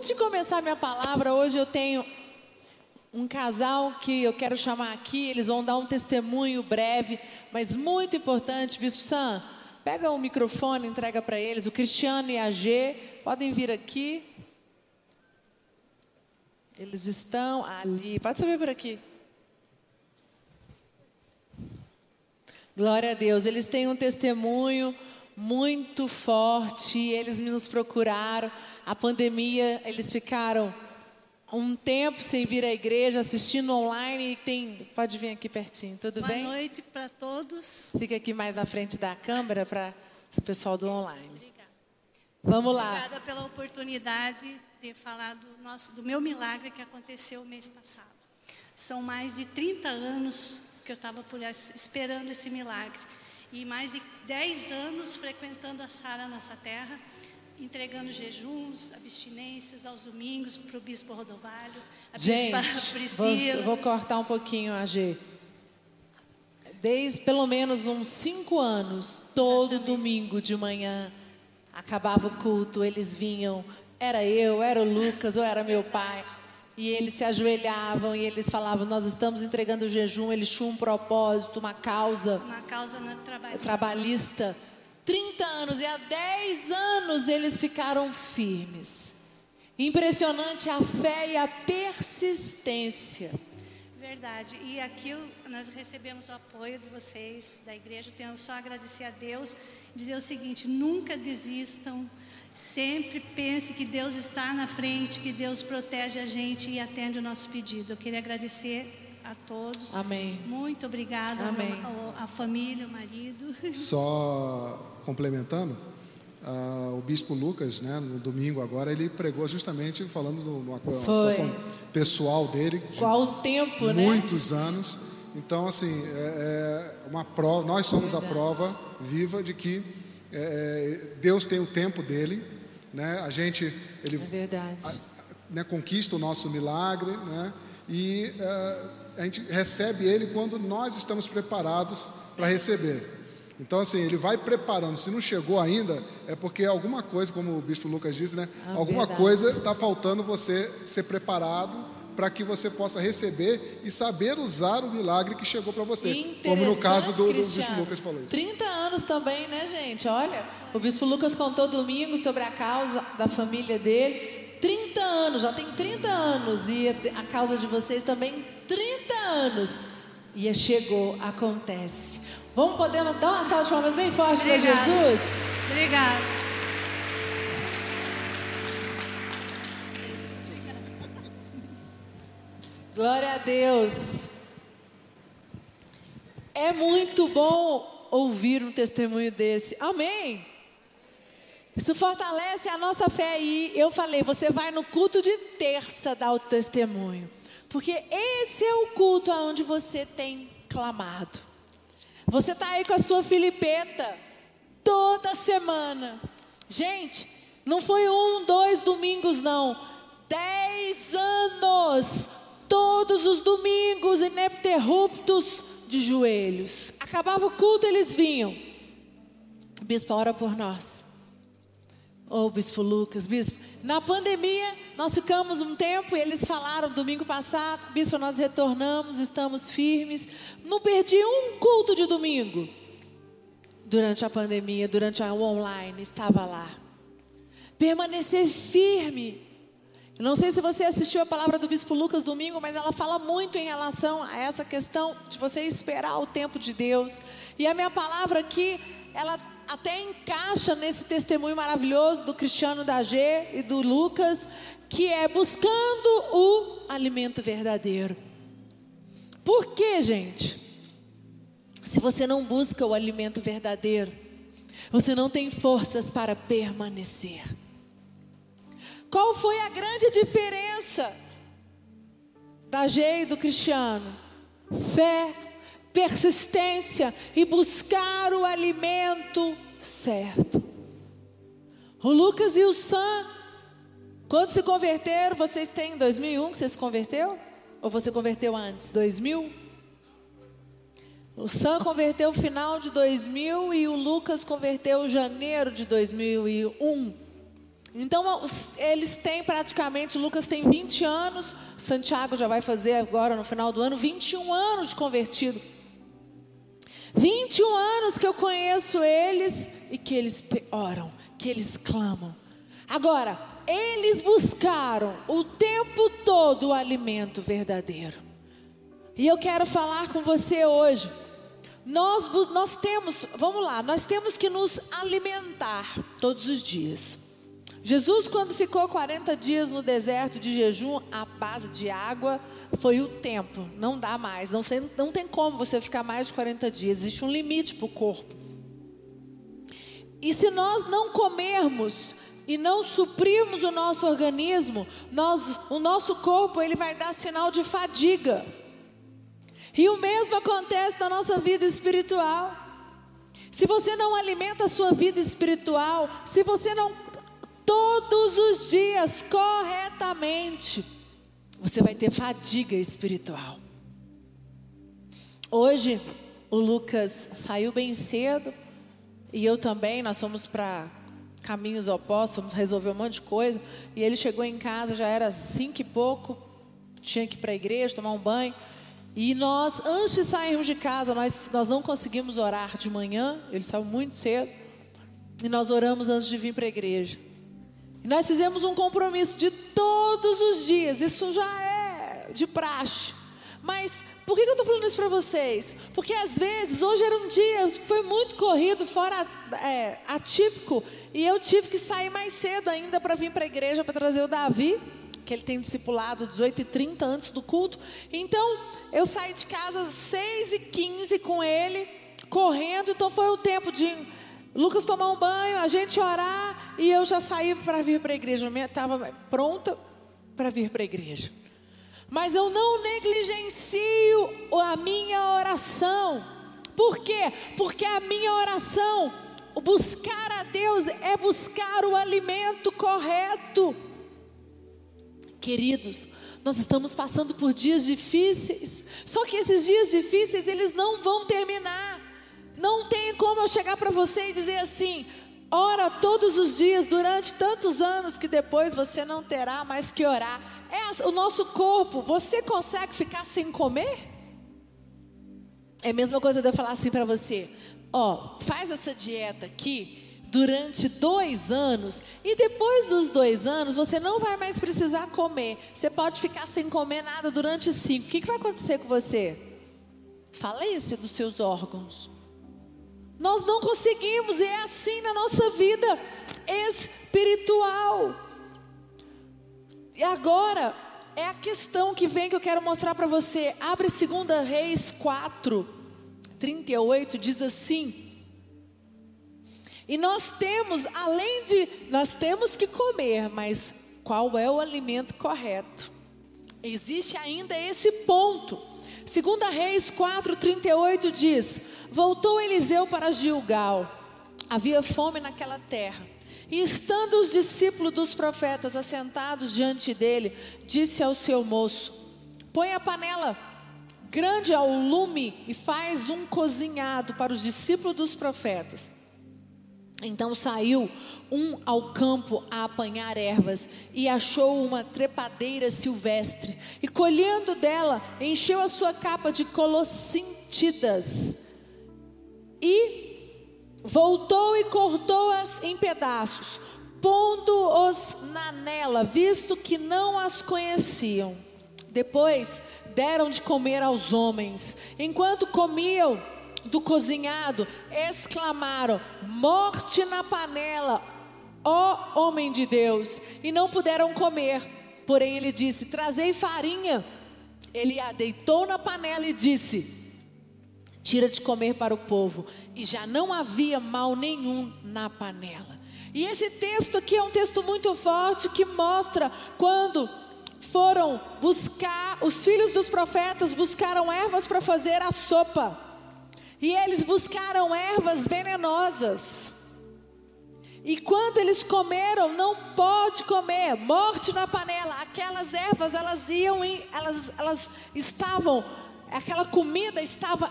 Antes de começar minha palavra, hoje eu tenho um casal que eu quero chamar aqui. Eles vão dar um testemunho breve, mas muito importante. Bispo Sam, pega o microfone, entrega para eles. O Cristiano e a G podem vir aqui. Eles estão ali. Pode subir por aqui. Glória a Deus. Eles têm um testemunho muito forte. Eles nos procuraram. A pandemia, eles ficaram um tempo sem vir à igreja, assistindo online. E pode vir aqui pertinho, tudo bem? Boa noite para todos. Fica aqui mais na frente da câmera para o pessoal do online. Obrigada. Vamos lá. Obrigada pela oportunidade de falar do meu milagre que aconteceu o mês passado. São mais de 30 anos que eu estava esperando esse milagre. E mais de 10 anos frequentando a Sara Nossa Terra, entregando jejuns, abstinências aos domingos para o Bispo Rodovalho, a Bispa Priscila. Vou cortar um pouquinho a G. Desde pelo menos uns 5 anos, todo domingo de manhã, acabava o culto, eles vinham, era eu, era o Lucas, ou era meu pai, e eles se ajoelhavam e eles falavam: nós estamos entregando o jejum. Eles tinham um propósito, uma causa trabalhista. 30 anos, e há 10 anos eles ficaram firmes. Impressionante a fé e a persistência. Verdade. E aqui nós recebemos o apoio de vocês, da igreja. Eu tenho só a agradecer a Deus, dizer o seguinte: nunca desistam. Sempre pense que Deus está na frente, que Deus protege a gente e atende o nosso pedido. Eu queria agradecer a todos. Amém. Muito obrigada. Amém. A família, o marido. Só complementando, o Bispo Lucas, né, no domingo agora, ele pregou justamente falando de uma situação pessoal dele. Qual o tempo, né? Muitos anos. Então, assim, é uma prova. Nós somos a prova viva de que Deus tem o tempo dele, né? Ele né, conquista o nosso milagre, né? E a gente recebe ele quando nós estamos preparados para receber. Então, assim, ele vai preparando. Se não chegou ainda, é porque alguma coisa, como o Bispo Lucas disse, né? Alguma coisa está faltando você ser preparado para que você possa receber e saber usar o milagre que chegou para você. Como no caso do Bispo Lucas falou isso. 30 anos também, né, gente? Olha, o Bispo Lucas contou domingo sobre a causa da família dele. 30 anos, já tem 30 anos. E a causa de vocês também, 30 anos. E chegou, acontece. Podemos dar uma salva de palmas bem forte para Jesus? Obrigada. Glória a Deus. É muito bom ouvir um testemunho desse. Amém. Isso fortalece a nossa fé. E eu falei, você vai no culto de terça dar o testemunho, porque esse é o culto onde você tem clamado. Você está aí com a sua filipeta toda semana. Gente, não foi 1, 2 domingos não, 10 anos. Todos os domingos ininterruptos de joelhos. Acabava o culto, eles vinham. Bispo, ora por nós. Bispo Lucas, Bispo. Na pandemia, nós ficamos um tempo e eles falaram domingo passado: Bispo, nós retornamos, estamos firmes. Não perdi um culto de domingo. Durante a pandemia, durante o online, estava lá. Permanecer firme. Eu não sei se você assistiu a palavra do Bispo Lucas domingo, mas ela fala muito em relação a essa questão de você esperar o tempo de Deus. E a minha palavra aqui, ela até encaixa nesse testemunho maravilhoso do Cristiano, da G e do Lucas, que é buscando o alimento verdadeiro. Por quê, gente? Se você não busca o alimento verdadeiro, você não tem forças para permanecer. Qual foi a grande diferença da G e do Cristiano? Fé, persistência e buscar o alimento certo. O Lucas e o Sam, quando se converteram, vocês têm em 2001 que você se converteu? Ou você converteu antes? 2000? O Sam converteu no final de 2000 e o Lucas converteu em janeiro de 2001. Então eles têm praticamente, Lucas tem 20 anos, Santiago já vai fazer agora no final do ano 21 anos de convertido. 21 anos que eu conheço eles e que eles oram, que eles clamam. Agora, eles buscaram o tempo todo o alimento verdadeiro. E eu quero falar com você hoje. Nós temos, vamos lá, nós temos que nos alimentar todos os dias. Jesus, quando ficou 40 dias no deserto de jejum, à base de água, foi o tempo. Não dá mais, não tem como você ficar mais de 40 dias. Existe um limite para o corpo. E se nós não comermos e não suprirmos o nosso organismo, o nosso corpo ele vai dar sinal de fadiga. E o mesmo acontece na nossa vida espiritual. Se você não alimenta a sua vida espiritual, se você não todos os dias corretamente, você vai ter fadiga espiritual. Hoje o Lucas saiu bem cedo e eu também, nós fomos para caminhos opostos, fomos resolver um monte de coisa. E ele chegou em casa, já era 5 e pouco, tinha que ir para a igreja, tomar um banho. E nós, antes de sairmos de casa, nós não conseguimos orar de manhã, ele saiu muito cedo. E nós oramos antes de vir para a igreja. E nós fizemos um compromisso de todos os dias, isso já é de praxe. Mas por que eu estou falando isso para vocês? Porque às vezes, hoje era um dia que foi muito corrido, fora atípico. E eu tive que sair mais cedo ainda para vir para a igreja, para trazer o Davi, que ele tem discipulado 18h30 antes do culto. Então, eu saí de casa 6h15 com ele, correndo. Então foi o tempo de Lucas tomar um banho, a gente orar, e eu já saí para vir para a igreja. Eu estava pronta para vir para a igreja. Mas eu não negligencio a minha oração. Por quê? Porque a minha oração, o buscar a Deus, é buscar o alimento correto. Queridos, nós estamos passando por dias difíceis. Só que esses dias difíceis, eles não vão terminar. Não tem como eu chegar para você e dizer assim: ora todos os dias durante tantos anos que depois você não terá mais que orar. O nosso corpo, você consegue ficar sem comer? É a mesma coisa de eu falar assim para você: faz essa dieta aqui durante 2 anos, e depois dos 2 anos você não vai mais precisar comer. Você pode ficar sem comer nada durante 5. O que vai acontecer com você? Falência dos seus órgãos. Nós não conseguimos, e é assim na nossa vida espiritual. E agora, é a questão que vem que eu quero mostrar para você. Abre 2 Reis 4:38, diz assim: e nós temos que comer, mas qual é o alimento correto? Existe ainda esse ponto. 2 Reis 4:38 diz: voltou Eliseu para Gilgal, havia fome naquela terra, e estando os discípulos dos profetas assentados diante dele, disse ao seu moço: põe a panela grande ao lume e faz um cozinhado para os discípulos dos profetas. Então saiu ao campo a apanhar ervas e achou uma trepadeira silvestre, e colhendo dela, encheu a sua capa de colocíntidas, e voltou e cortou-as em pedaços, pondo-os na nela, visto que não as conheciam. Depois deram de comer aos homens. Enquanto comiam do cozinhado, exclamaram: morte na panela, ó homem de Deus! E não puderam comer. Porém ele disse: trazei farinha. Ele a deitou na panela e disse: tira de comer para o povo. E já não havia mal nenhum na panela. E esse texto aqui é um texto muito forte, que mostra quando foram buscar, os filhos dos profetas buscaram ervas para fazer a sopa. E eles buscaram ervas venenosas. E quando eles comeram, não pode comer, morte na panela. Aquelas ervas, elas estavam, aquela comida estava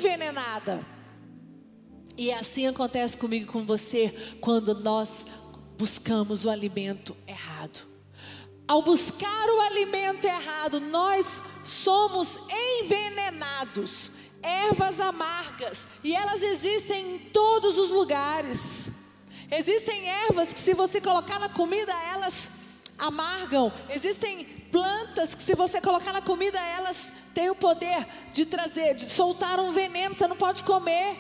envenenada. E assim acontece comigo e com você, quando nós buscamos o alimento errado. Ao buscar o alimento errado, nós somos envenenados. Ervas amargas, e elas existem em todos os lugares. Existem ervas que se você colocar na comida, elas amargam. Existem plantas que se você colocar na comida, elas têm o poder de soltar um veneno, você não pode comer.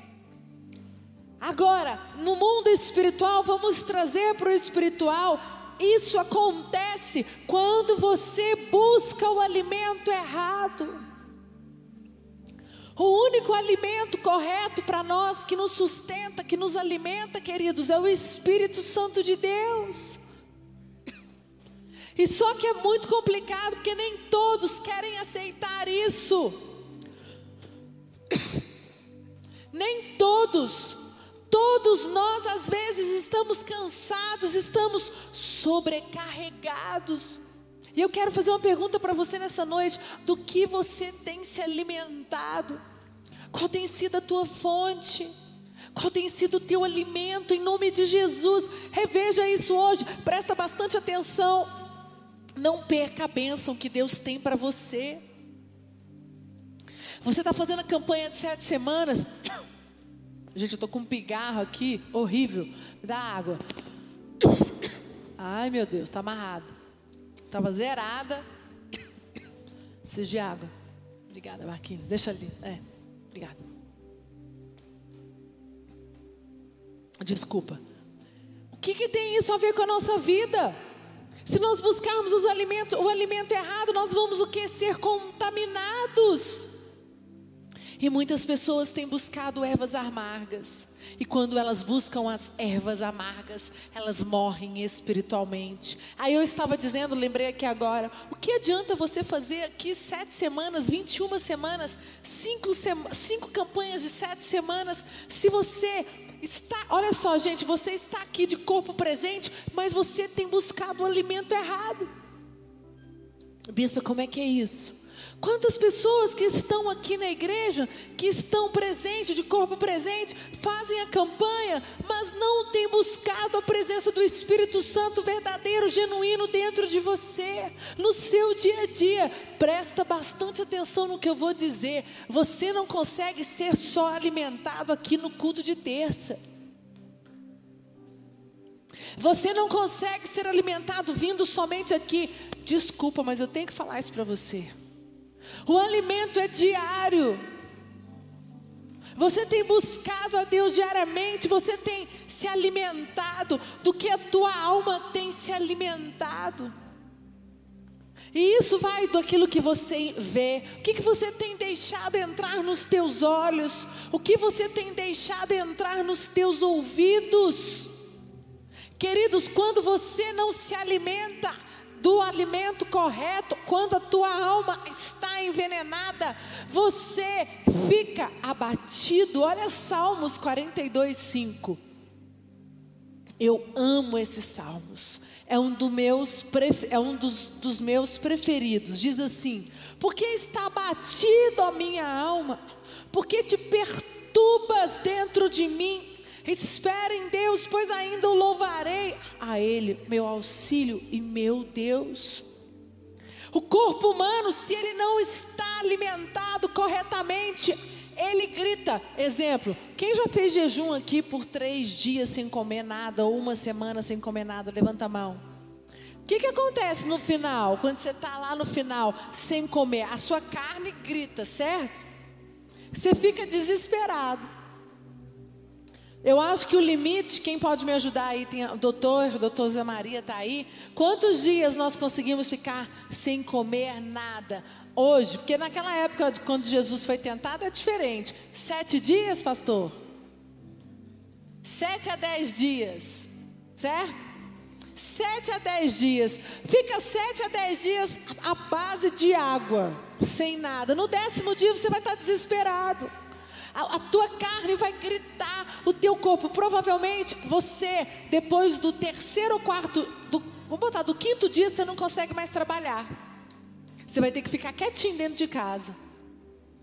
Agora, no mundo espiritual, vamos trazer para o espiritual. Isso acontece quando você busca o alimento errado. O único alimento correto para nós, que nos sustenta, que nos alimenta, queridos, é o Espírito Santo de Deus. E só que é muito complicado, porque nem todos querem aceitar isso. Nem todos. Todos nós às vezes estamos cansados, estamos sobrecarregados. E eu quero fazer uma pergunta para você nessa noite: do que você tem se alimentado? Qual tem sido a tua fonte? Qual tem sido o teu alimento? Em nome de Jesus, reveja isso hoje, presta bastante atenção. Não perca a bênção que Deus tem para você. Você está fazendo a campanha de 7 semanas. Gente, eu estou com um pigarro aqui, horrível. Me dá água. Ai meu Deus, está amarrado. Estava zerada. Preciso de água. Obrigada, Marquinhos. Deixa ali. Obrigada. Desculpa. O que tem isso a ver com a nossa vida? Se nós buscarmos o alimento errado, nós vamos o quê? Ser contaminados. E muitas pessoas têm buscado ervas amargas. E quando elas buscam as ervas amargas, elas morrem espiritualmente. Aí eu estava dizendo, lembrei aqui agora, o que adianta você fazer aqui 7 semanas, 21 semanas, 5 campanhas de 7 semanas, se você está, olha só gente, você está aqui de corpo presente, mas você tem buscado o alimento errado. Bispa, como é que é isso? Quantas pessoas que estão aqui na igreja, que estão presentes, de corpo presente, fazem a campanha, mas não têm buscado a presença do Espírito Santo verdadeiro, genuíno dentro de você, no seu dia a dia. Presta bastante atenção no que eu vou dizer. Você não consegue ser só alimentado aqui no culto de terça. Você não consegue ser alimentado vindo somente aqui. Desculpa, mas eu tenho que falar isso para você. O alimento é diário. Você tem buscado a Deus diariamente. Você tem se alimentado do que a tua alma tem se alimentado. E isso vai daquilo que você vê. O que você tem deixado entrar nos teus olhos? O que você tem deixado entrar nos teus ouvidos? Queridos, quando você não se alimenta do alimento correto, quando a tua alma está envenenada, você fica abatido. Olha Salmos 42:5. Eu amo esses salmos. É um dos meus preferidos. Diz assim: porque está abatido a minha alma, porque te perturbas dentro de mim. Espera em Deus, pois ainda o louvarei a Ele, meu auxílio e meu Deus. O corpo humano, se ele não está alimentado corretamente, ele grita. Exemplo, quem já fez jejum aqui por 3 dias sem comer nada, ou 1 semana sem comer nada? Levanta a mão. O que acontece no final, quando você está lá no final, sem comer? A sua carne grita, certo? Você fica desesperado. Eu acho que o limite, quem pode me ajudar aí, tem o doutor Zé Maria está aí. Quantos dias nós conseguimos ficar sem comer nada hoje? Porque naquela época, quando Jesus foi tentado, é diferente. 7 dias, pastor? 7 a 10 dias, certo? 7 a 10 dias. Fica 7 a 10 dias à base de água, sem nada. No 10º dia você vai estar desesperado. A tua carne vai gritar, o teu corpo. Provavelmente você, depois do 3º ou 4º, vamos botar, do 5º dia, você não consegue mais trabalhar. Você vai ter que ficar quietinho dentro de casa.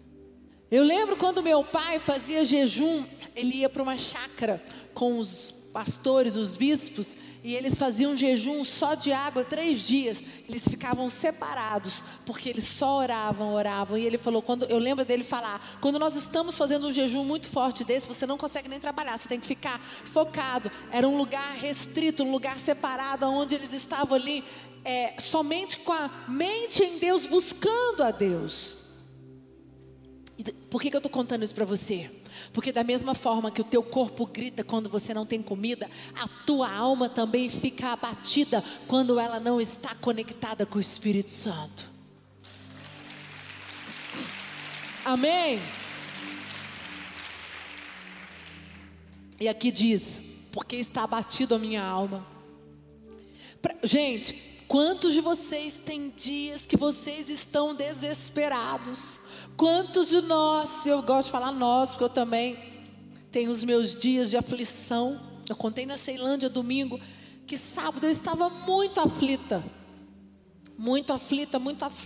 Eu lembro quando meu pai fazia jejum, ele ia para uma chácara com os pastores, os bispos, e eles faziam um jejum só de água 3 dias. Eles ficavam separados, porque eles só oravam. E ele falou, eu lembro dele falar, quando nós estamos fazendo um jejum muito forte desse, você não consegue nem trabalhar, você tem que ficar focado. Era um lugar restrito, um lugar separado, onde eles estavam ali, somente com a mente em Deus, buscando a Deus. E por que eu estou contando isso para você? Porque da mesma forma que o teu corpo grita quando você não tem comida, a tua alma também fica abatida quando ela não está conectada com o Espírito Santo. Amém? E aqui diz, porque está abatido a minha alma. Gente, quantos de vocês têm dias que vocês estão desesperados? Quantos de nós, eu gosto de falar nós, porque eu também tenho os meus dias de aflição. Eu contei na Ceilândia domingo, que sábado eu estava muito aflita. Muito aflita.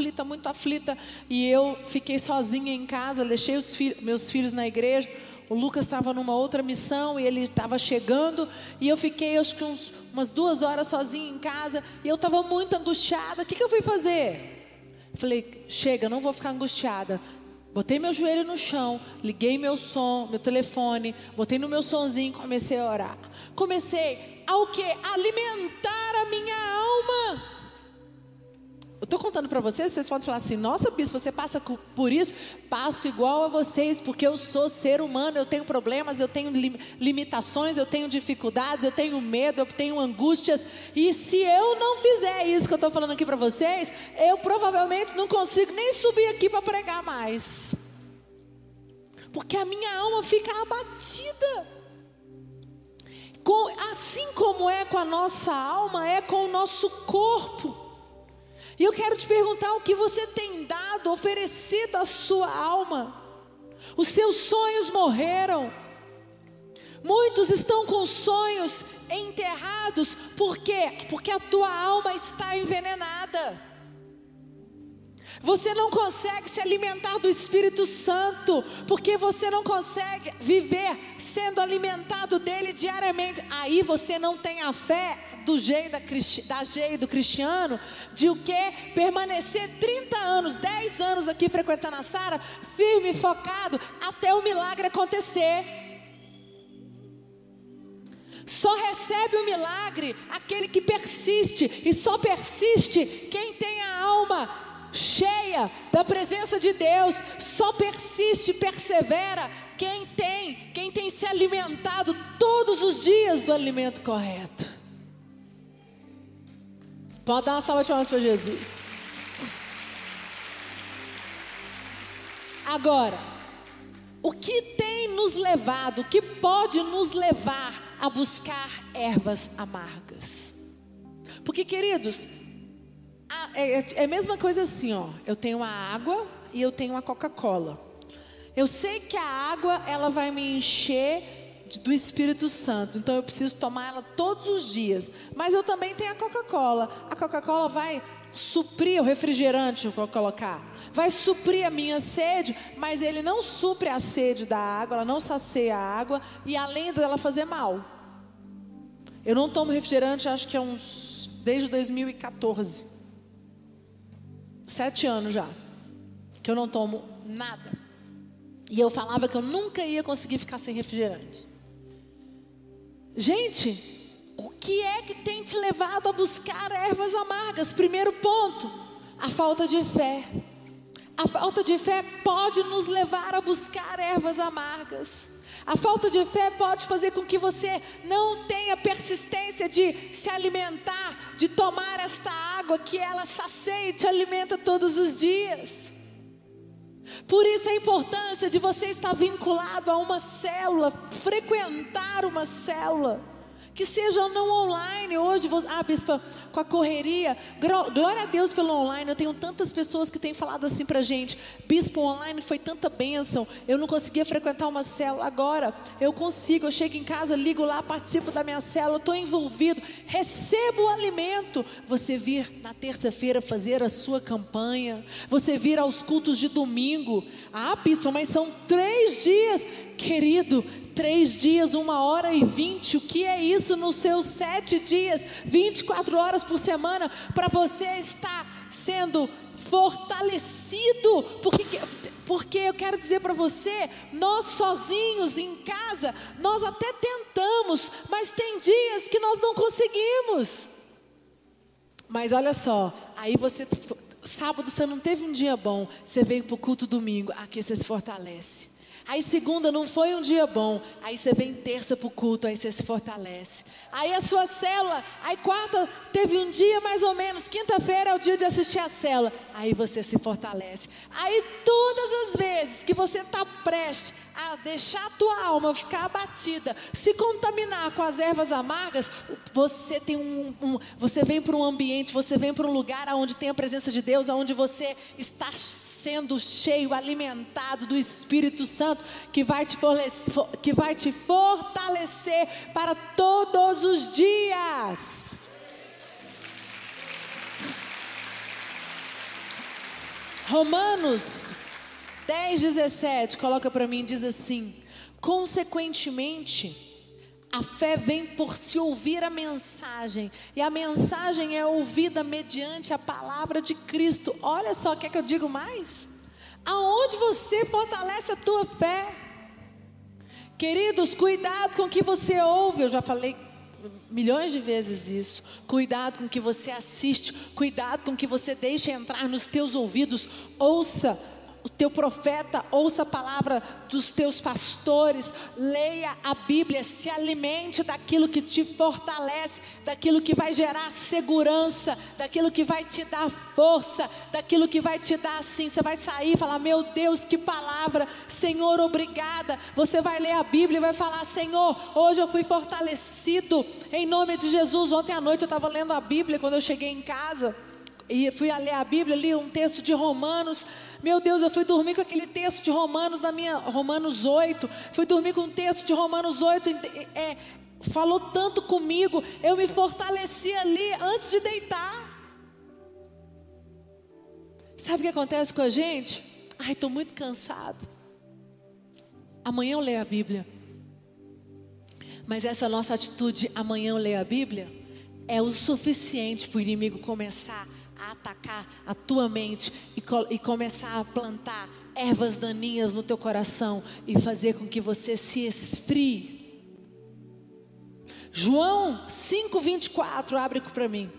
E eu fiquei sozinha em casa, deixei meus filhos na igreja. O Lucas estava numa outra missão e ele estava chegando. E eu fiquei acho que umas 2 horas sozinha em casa. E eu estava muito angustiada. O que eu fui fazer? Falei, chega, não vou ficar angustiada. Botei meu joelho no chão, liguei meu telefone, botei no meu sonzinho e comecei a orar. Comecei a o quê? Alimentar a minha alma. Eu estou contando para vocês podem falar assim, nossa bispo, você passa por isso? Passo igual a vocês, porque eu sou ser humano, eu tenho problemas, eu tenho limitações, eu tenho dificuldades, eu tenho medo, eu tenho angústias. E se eu não fizer isso que eu estou falando aqui para vocês, eu provavelmente não consigo nem subir aqui para pregar mais. Porque a minha alma fica abatida. Assim como é com a nossa alma, é com o nosso corpo. E eu quero te perguntar o que você tem dado, oferecido à sua alma. Os seus sonhos morreram. Muitos estão com sonhos enterrados. Por quê? Porque a tua alma está envenenada. Você não consegue se alimentar do Espírito Santo, porque você não consegue viver sendo alimentado dele diariamente. Aí você não tem a fé do jeito do cristiano, de o que? Permanecer 30 anos, 10 anos aqui frequentando a Sara, firme e focado, até o milagre acontecer. Só recebe o milagre aquele que persiste, e só persiste quem tem a alma cheia da presença de Deus. Só persiste, persevera quem tem se alimentado todos os dias do alimento correto. Pode dar uma salva de palmas para Jesus. Agora, o que tem nos levado, o que pode nos levar a buscar ervas amargas? Porque, queridos, é a mesma coisa assim, ó. Eu tenho a água e eu tenho a Coca-Cola. Eu sei que a água, ela vai me encher do Espírito Santo, então eu preciso tomar ela todos os dias. Mas eu também tenho a Coca-Cola. A Coca-Cola vai suprir o refrigerante que eu vou colocar, vai suprir a minha sede, mas ele não supre a sede da água, ela não sacia a água, e além dela fazer mal. Eu não tomo refrigerante, acho que desde 2014, 7 anos já, que eu não tomo nada. E eu falava que eu nunca ia conseguir ficar sem refrigerante. Gente, o que é que tem te levado a buscar ervas amargas? Primeiro ponto, a falta de fé. A falta de fé pode nos levar a buscar ervas amargas. A falta de fé pode fazer com que você não tenha persistência de se alimentar, de tomar esta água que ela sacia e te alimenta todos os dias. Por isso a importância de você estar vinculado a uma célula, frequentar uma célula, que seja não online. Hoje, bispa, com a correria, glória a Deus pelo online. Eu tenho tantas pessoas que têm falado assim pra gente: bispo, online foi tanta bênção, eu não conseguia frequentar uma célula, agora eu consigo, eu chego em casa, ligo lá, participo da minha célula, estou envolvido, recebo o alimento. Você vir na terça-feira fazer a sua campanha, você vir aos cultos de domingo, bispo, mas são 3 dias, Querido, 3 dias, 1h20, o que é isso nos seus 7 dias, 24 horas por semana, para você estar sendo fortalecido? Porque eu quero dizer para você, nós sozinhos em casa, nós até tentamos, mas tem dias que nós não conseguimos. Mas olha só, aí sábado você não teve um dia bom, você veio para o culto domingo, aqui você se fortalece. Aí segunda não foi um dia bom, aí você vem terça para o culto, aí você se fortalece. Aí a sua célula, aí quarta teve um dia mais ou menos, quinta-feira é o dia de assistir a célula, aí você se fortalece. Aí todas as vezes que você está prestes a deixar a tua alma ficar abatida, se contaminar com as ervas amargas, você tem você vem para um ambiente, você vem para um lugar onde tem a presença de Deus, onde você está sendo cheio, alimentado do Espírito Santo, que vai te fortalecer para todos os dias. Romanos 10:17, coloca para mim, diz assim: consequentemente, a fé vem por se ouvir a mensagem, e a mensagem é ouvida mediante a palavra de Cristo. Olha só, quer que eu diga mais? Aonde você fortalece a tua fé? Queridos, cuidado com o que você ouve. Eu já falei milhões de vezes isso. Cuidado com o que você assiste, cuidado com o que você deixa entrar nos teus ouvidos. Ouça o teu profeta, ouça a palavra dos teus pastores, leia a Bíblia, se alimente daquilo que te fortalece, daquilo que vai gerar segurança, daquilo que vai te dar força, daquilo que vai te dar assim, você vai sair e falar: meu Deus, que palavra, Senhor, obrigada. Você vai ler a Bíblia e vai falar: Senhor, hoje eu fui fortalecido, em nome de Jesus. Ontem à noite eu estava lendo a Bíblia, quando eu cheguei em casa, e fui a ler a Bíblia, li um texto de Romanos. Meu Deus, eu fui dormir com aquele texto de Romanos, Romanos 8. Fui dormir com o texto de Romanos 8. Falou tanto comigo. Eu me fortaleci ali antes de deitar. Sabe o que acontece com a gente? Ai, estou muito cansado. Amanhã eu leio a Bíblia. Mas essa nossa atitude, amanhã eu leio a Bíblia, é o suficiente para o inimigo começar a atacar a tua mente e começar a plantar ervas daninhas no teu coração e fazer com que você se esfrie. João 5:24, abre para mim.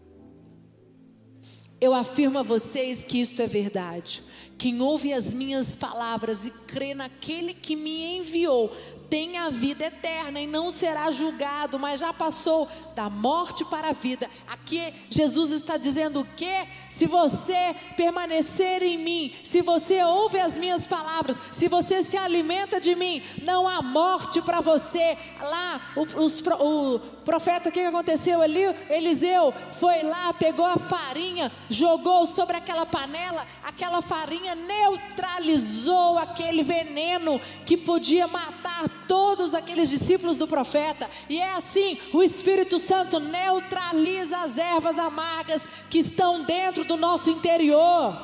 Eu afirmo a vocês que isto é verdade. Quem ouve as minhas palavras e crê naquele que me enviou, tem a vida eterna e não será julgado, mas já passou da morte para a vida. Aqui Jesus está dizendo o quê? Se você permanecer em mim, se você ouve as minhas palavras, se você se alimenta de mim, não há morte para você. Lá o profeta, o que aconteceu ali? Eliseu foi lá, pegou a farinha, jogou sobre aquela panela, aquela farinha neutralizou aquele veneno que podia matar todos aqueles discípulos do profeta. E é assim, o Espírito Santo neutraliza as ervas amargas que estão dentro do nosso interior.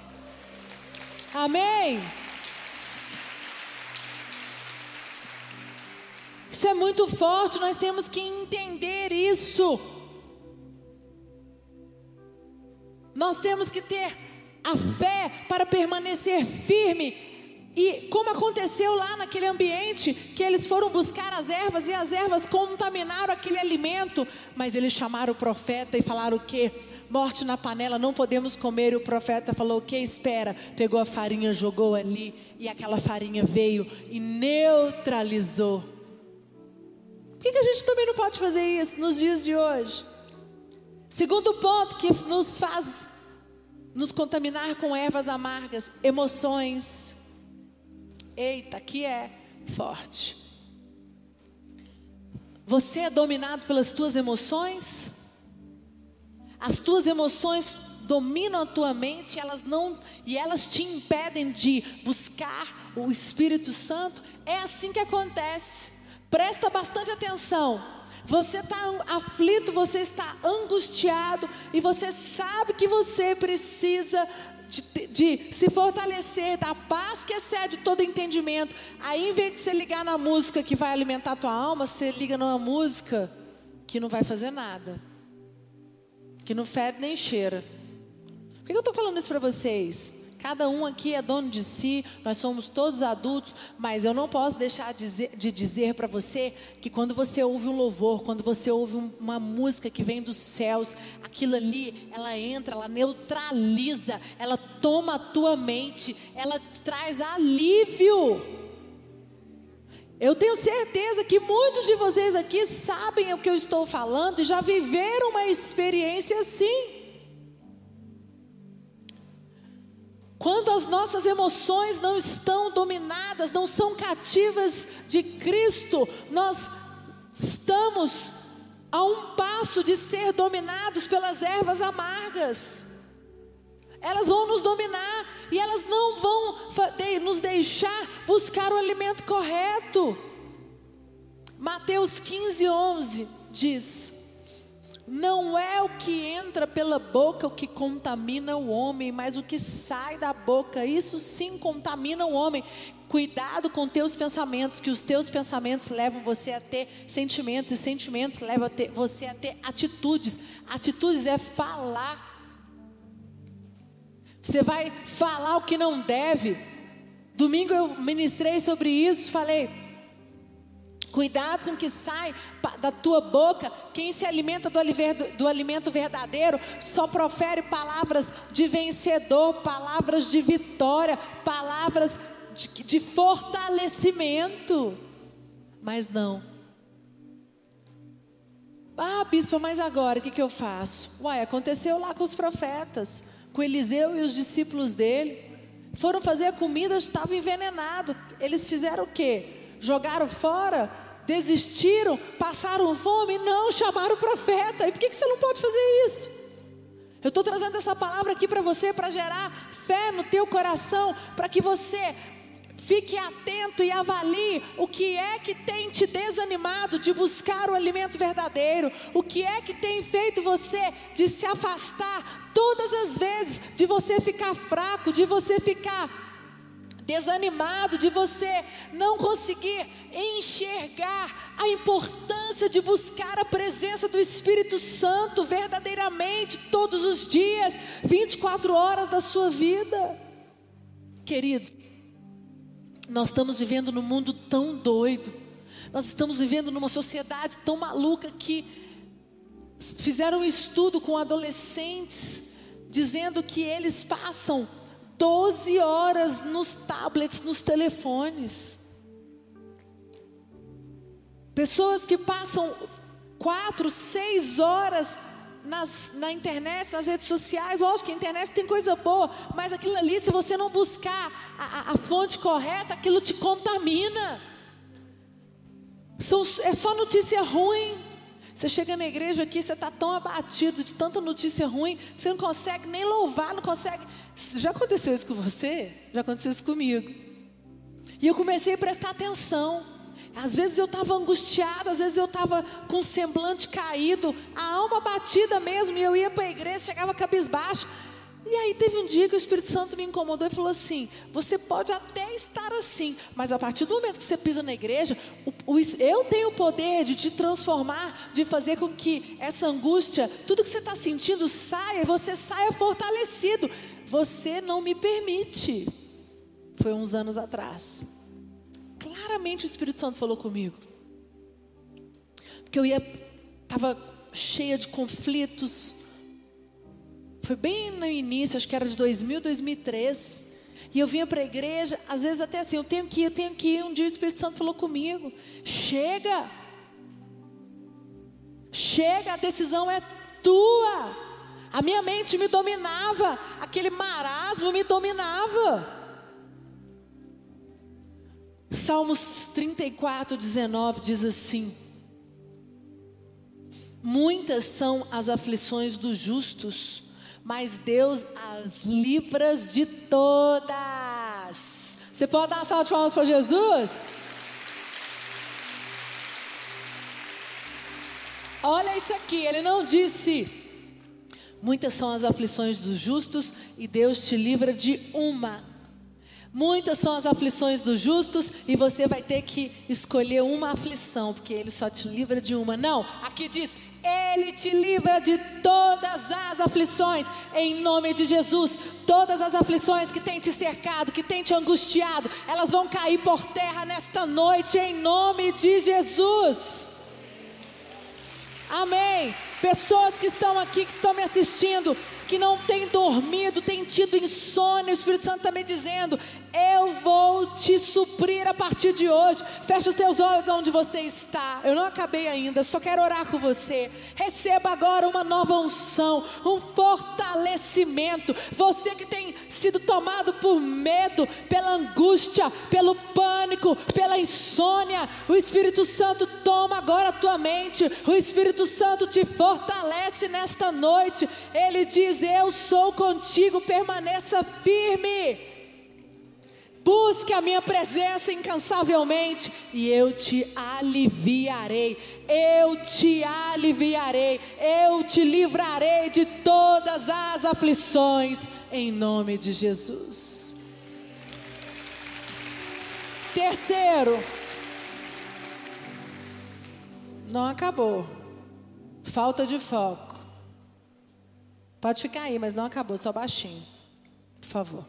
Amém? Isso é muito forte, nós temos que entender isso. Nós temos que ter a fé para permanecer firme. E como aconteceu lá naquele ambiente, que eles foram buscar as ervas e as ervas contaminaram aquele alimento, mas eles chamaram o profeta e falaram o quê? Morte na panela, não podemos comer. E o profeta falou: o que? Espera. Pegou a farinha, jogou ali, e aquela farinha veio e neutralizou. Por que a gente também não pode fazer isso nos dias de hoje? Segundo ponto que nos faz nos contaminar com ervas amargas: emoções. Eita, aqui é forte. Você é dominado pelas tuas emoções? As tuas emoções dominam a tua mente e elas te impedem de buscar o Espírito Santo? É assim que acontece. Presta bastante atenção. Você está aflito, você está angustiado e você sabe que você precisa de se fortalecer, da paz que excede todo entendimento. Aí, em vez de você ligar na música que vai alimentar a tua alma, você liga numa música que não vai fazer nada, que não fede nem cheira. Por que eu estou falando isso para vocês? Cada um aqui é dono de si, nós somos todos adultos, mas eu não posso deixar de dizer para você que quando você ouve um louvor, quando você ouve uma música que vem dos céus, aquilo ali, ela entra, ela neutraliza, ela toma a tua mente, ela traz alívio. Eu tenho certeza que muitos de vocês aqui sabem o que eu estou falando e já viveram uma experiência assim. Quando as nossas emoções não estão dominadas, não são cativas de Cristo, nós estamos a um passo de ser dominados pelas ervas amargas. Elas vão nos dominar e elas não vão nos deixar buscar o alimento correto. Mateus 15:11 diz: não é o que entra pela boca o que contamina o homem, mas o que sai da boca, isso sim contamina o homem. Cuidado com teus pensamentos, que os teus pensamentos levam você a ter sentimentos, e sentimentos levam você a ter atitudes. Atitudes é falar. Você vai falar o que não deve. Domingo eu ministrei sobre isso, falei: cuidado com o que sai da tua boca. Quem se alimenta do alimento verdadeiro só profere palavras de vencedor, palavras de vitória, palavras de fortalecimento. Mas não. Ah, bispo, mas agora o que eu faço? Uai, aconteceu lá com os profetas, com Eliseu e os discípulos dele. Foram fazer a comida, estava envenenado. Eles fizeram o quê? Jogaram fora? Desistiram? Passaram fome? Não, chamaram o profeta. E por que você não pode fazer isso? Eu estou trazendo essa palavra aqui para você, para gerar fé no teu coração, para que você fique atento e avalie o que é que tem te desanimado de buscar o alimento verdadeiro. O que é que tem feito você de se afastar todas as vezes, de você ficar fraco, de você ficar desanimado, de você não conseguir enxergar a importância de buscar a presença do Espírito Santo verdadeiramente todos os dias, 24 horas da sua vida. Queridos, nós estamos vivendo num mundo tão doido, nós estamos vivendo numa sociedade tão maluca que fizeram um estudo com adolescentes dizendo que eles passam 12 horas nos tablets, nos telefones. Pessoas que passam 4, 6 horas na internet, nas redes sociais. Lógico que a internet tem coisa boa, mas aquilo ali, se você não buscar a fonte correta, aquilo te contamina. É só notícia ruim. Você chega na igreja aqui, você está tão abatido de tanta notícia ruim, que você não consegue nem louvar, não consegue. Já aconteceu isso com você? Já aconteceu isso comigo. E eu comecei a prestar atenção. Às vezes eu estava angustiada, às vezes eu estava com o semblante caído, a alma batida mesmo, e eu ia para a igreja, chegava cabisbaixo. E aí teve um dia que o Espírito Santo me incomodou e falou assim: você pode até estar assim, mas a partir do momento que você pisa na igreja, eu tenho o poder de te transformar, de fazer com que essa angústia, tudo que você está sentindo saia, e você saia fortalecido. Você não me permite. Foi uns anos atrás. Claramente o Espírito Santo falou comigo, porque eu estava cheia de conflitos. Foi bem no início, acho que era de 2000, 2003. E eu vinha para a igreja, às vezes até assim, eu tenho que ir. Um dia o Espírito Santo falou comigo: chega, a decisão é tua. A minha mente me dominava, aquele marasmo me dominava. Salmos 34:19 diz assim: muitas são as aflições dos justos, mas Deus as livra de todas. Você pode dar uma salva de palmas para Jesus? Olha isso aqui, ele não disse: Muitas são as aflições dos justos e Deus te livra de uma. Muitas são as aflições dos justos e você vai ter que escolher uma aflição, porque Ele só te livra de uma. Não, aqui diz, Ele te livra de todas as aflições, em nome de Jesus. Todas as aflições que tem te cercado, que tem te angustiado, elas vão cair por terra nesta noite, em nome de Jesus. Amém. Pessoas que estão aqui, que estão me assistindo, que não têm dormido, têm tido insônia, o Espírito Santo está me dizendo, eu vou te suprir a partir de hoje. Fecha os teus olhos onde você está. Eu não acabei ainda, só quero orar com você. Receba agora uma nova unção, um fortalecimento. Você que tem sido tomado por medo, pela angústia, pelo pânico, pela insônia, o Espírito Santo toma agora a tua mente. O Espírito Santo te fortalece nesta noite. Ele diz, eu sou contigo, permaneça firme. Busque a minha presença incansavelmente e eu te aliviarei. Eu te aliviarei. Eu te livrarei de todas as aflições, em nome de Jesus. Terceiro, não acabou. Falta de foco. Pode ficar aí, mas não acabou, só baixinho, por favor.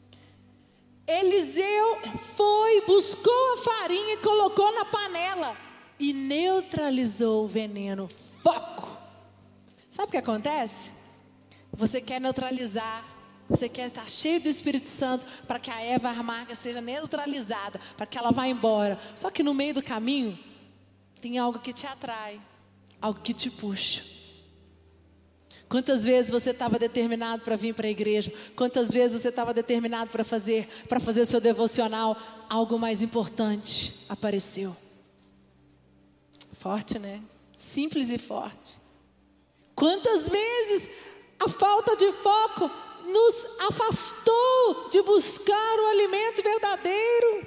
Eliseu foi, buscou a farinha e colocou na panela e neutralizou o veneno. Foco. Sabe o que acontece? Você quer neutralizar, você quer estar cheio do Espírito Santo para que a erva amarga seja neutralizada, para que ela vá embora. Só que no meio do caminho tem algo que te atrai, algo que te puxa. Quantas vezes você estava determinado para vir para a igreja? Quantas vezes você estava determinado para fazer o seu devocional? Algo mais importante apareceu. Forte, né? Simples e forte. Quantas vezes a falta de foco nos afastou de buscar o alimento verdadeiro?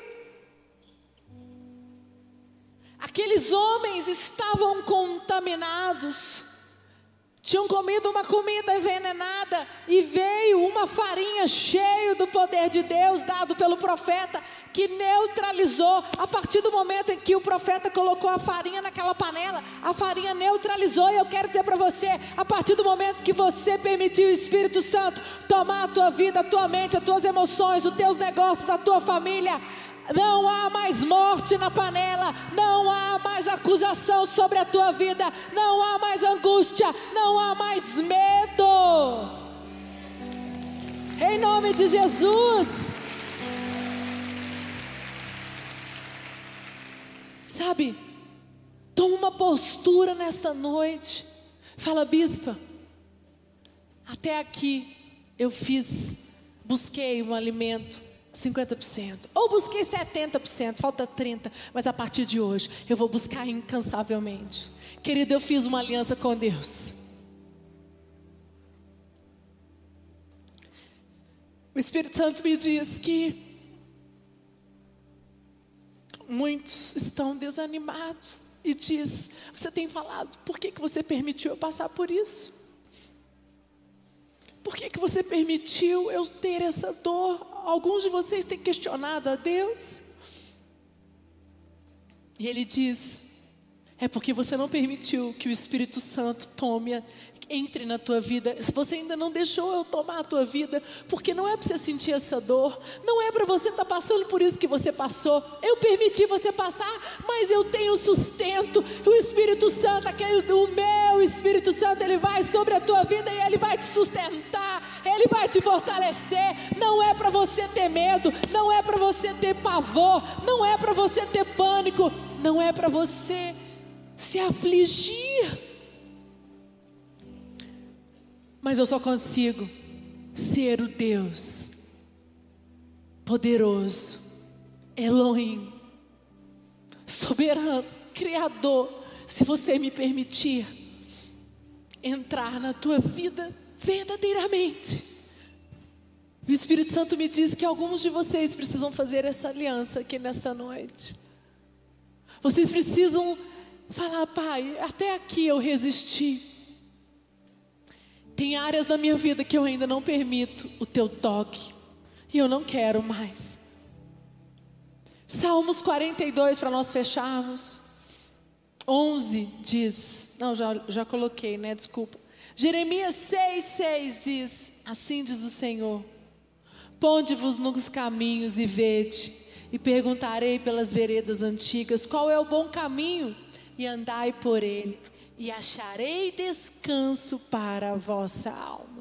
Aqueles homens estavam contaminados. Tinham comido uma comida envenenada e veio uma farinha cheia do poder de Deus dado pelo profeta, que neutralizou. A partir do momento em que o profeta colocou a farinha naquela panela, a farinha neutralizou. E eu quero dizer para você, a partir do momento que você permitiu o Espírito Santo tomar a tua vida, a tua mente, as tuas emoções, os teus negócios, a tua família, não há mais morte na panela, não há mais acusação sobre a tua vida, não há mais angústia, não há mais medo. Em nome de Jesus. Sabe, toma uma postura nesta noite. Fala, bispa, até aqui eu busquei um alimento 50%, ou busquei 70%, falta 30%, mas a partir de hoje eu vou buscar incansavelmente. Querido, eu fiz uma aliança com Deus. O Espírito Santo me diz que muitos estão desanimados e diz, você tem falado, por que você permitiu eu passar por isso? Por que você permitiu eu ter essa dor? Alguns de vocês têm questionado a Deus. E Ele diz, é porque você não permitiu que o Espírito Santo entre na tua vida. Se você ainda não deixou eu tomar a tua vida, porque não é para você sentir essa dor, não é para você estar passando por isso que você passou. Eu permiti você passar, mas eu tenho sustento. O Espírito Santo, o meu Espírito Santo, ele vai sobre a tua vida e ele vai te sustentar, ele vai te fortalecer. Não é para você ter medo, não é para você ter pavor, não é para você ter pânico, não é para você se afligir. Mas eu só consigo ser o Deus poderoso, Elohim, soberano, Criador, se você me permitir entrar na tua vida verdadeiramente. O Espírito Santo me diz que alguns de vocês precisam fazer essa aliança aqui nesta noite. Vocês precisam falar, Pai, até aqui eu resisti. Tem áreas da minha vida que eu ainda não permito o teu toque. E eu não quero mais. Salmos 42, para nós fecharmos. 11 diz, não, já coloquei, né? Desculpa. Jeremias 6,6 diz, assim diz o Senhor: ponde-vos nos caminhos e vede, e perguntarei pelas veredas antigas, qual é o bom caminho, e andai por ele, e acharei descanso para a vossa alma.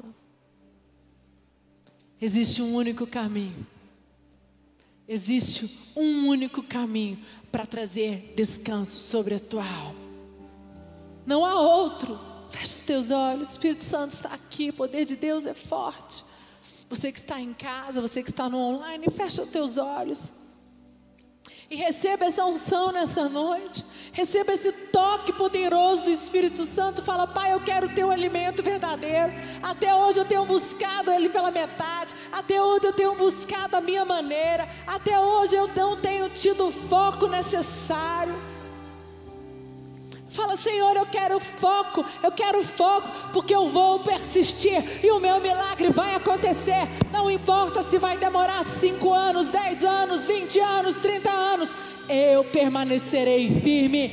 Existe um único caminho. Existe um único caminho para trazer descanso sobre a tua alma. Não há outro. Feche os teus olhos. O Espírito Santo está aqui. O poder de Deus é forte. Você que está em casa, você que está no online, fecha os teus olhos. E receba essa unção nessa noite. Receba esse toque poderoso do Espírito Santo. Fala: Pai, eu quero o teu alimento verdadeiro. Até hoje eu tenho buscado ele pela metade. Até hoje eu tenho buscado a minha maneira. Até hoje eu não tenho tido o foco necessário. Fala: Senhor, eu quero foco, porque eu vou persistir e o meu milagre vai acontecer. Não importa se vai demorar 5 anos, 10 anos, 20 anos, 30 anos, eu permanecerei firme,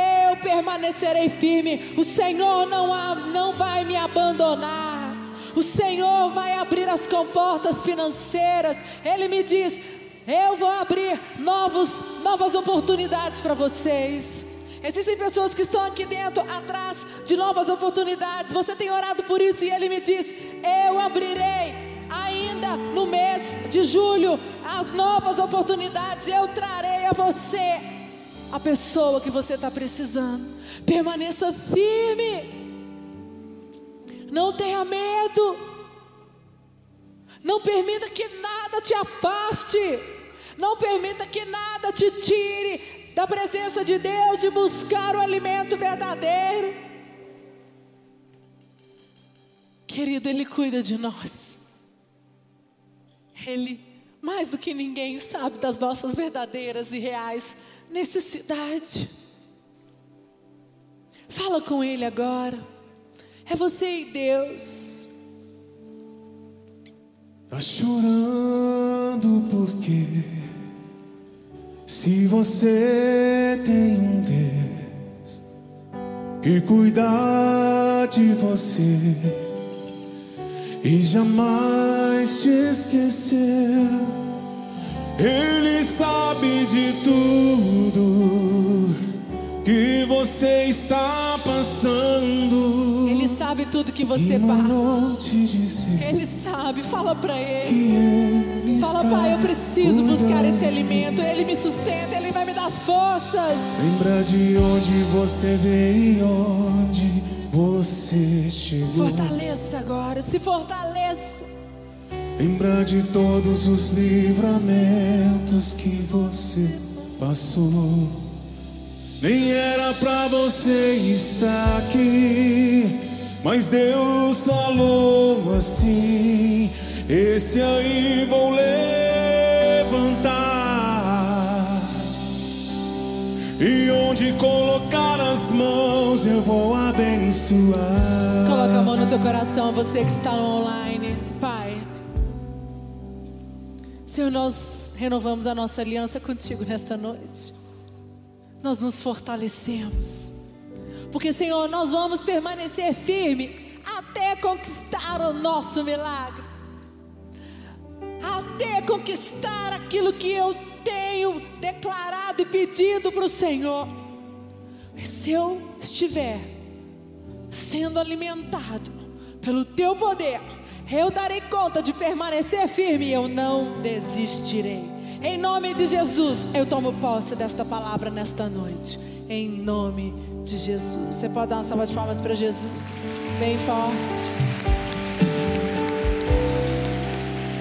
o Senhor não vai me abandonar, o Senhor vai abrir as comportas financeiras. Ele me diz: eu vou abrir novas oportunidades para vocês. Existem pessoas que estão aqui dentro, atrás de novas oportunidades. Você tem orado por isso e Ele me diz: eu abrirei ainda no mês de julho as novas oportunidades. Eu trarei a você a pessoa que você está precisando. Permaneça firme. Não tenha medo. Não permita que nada te afaste. Não permita que nada te tire da presença de Deus, de buscar o alimento verdadeiro. Querido, Ele cuida de nós. Ele, mais do que ninguém, sabe das nossas verdadeiras e reais necessidades. Fala com Ele agora. É você e Deus. Tá chorando porque se você tem um Deus que cuida de você e jamais te esqueceu, Ele sabe de tudo que você está passando. Ele sabe tudo que você passa. Ele sabe, fala pra Ele. Fala: Pai, eu preciso buscar esse alimento. Ele me sustenta, Ele vai me dar as forças. Lembra de onde você veio e onde você chegou. Fortaleça agora, se fortaleça. Lembra de todos os livramentos que você passou. Nem era pra você estar aqui, mas Deus falou assim: esse aí vou levantar, e onde colocar as mãos eu vou abençoar. Coloca a mão no teu coração, você que está no online. Pai, Senhor, nós renovamos a nossa aliança contigo nesta noite. Nós nos fortalecemos, porque, Senhor, nós vamos permanecer firme até conquistar o nosso milagre, até conquistar aquilo que eu tenho declarado e pedido para o Senhor. E se eu estiver sendo alimentado pelo teu poder, eu darei conta de permanecer firme e eu não desistirei. Em nome de Jesus, eu tomo posse desta palavra nesta noite. Em nome de Jesus. Você pode dar uma salva de palmas para Jesus? Bem forte.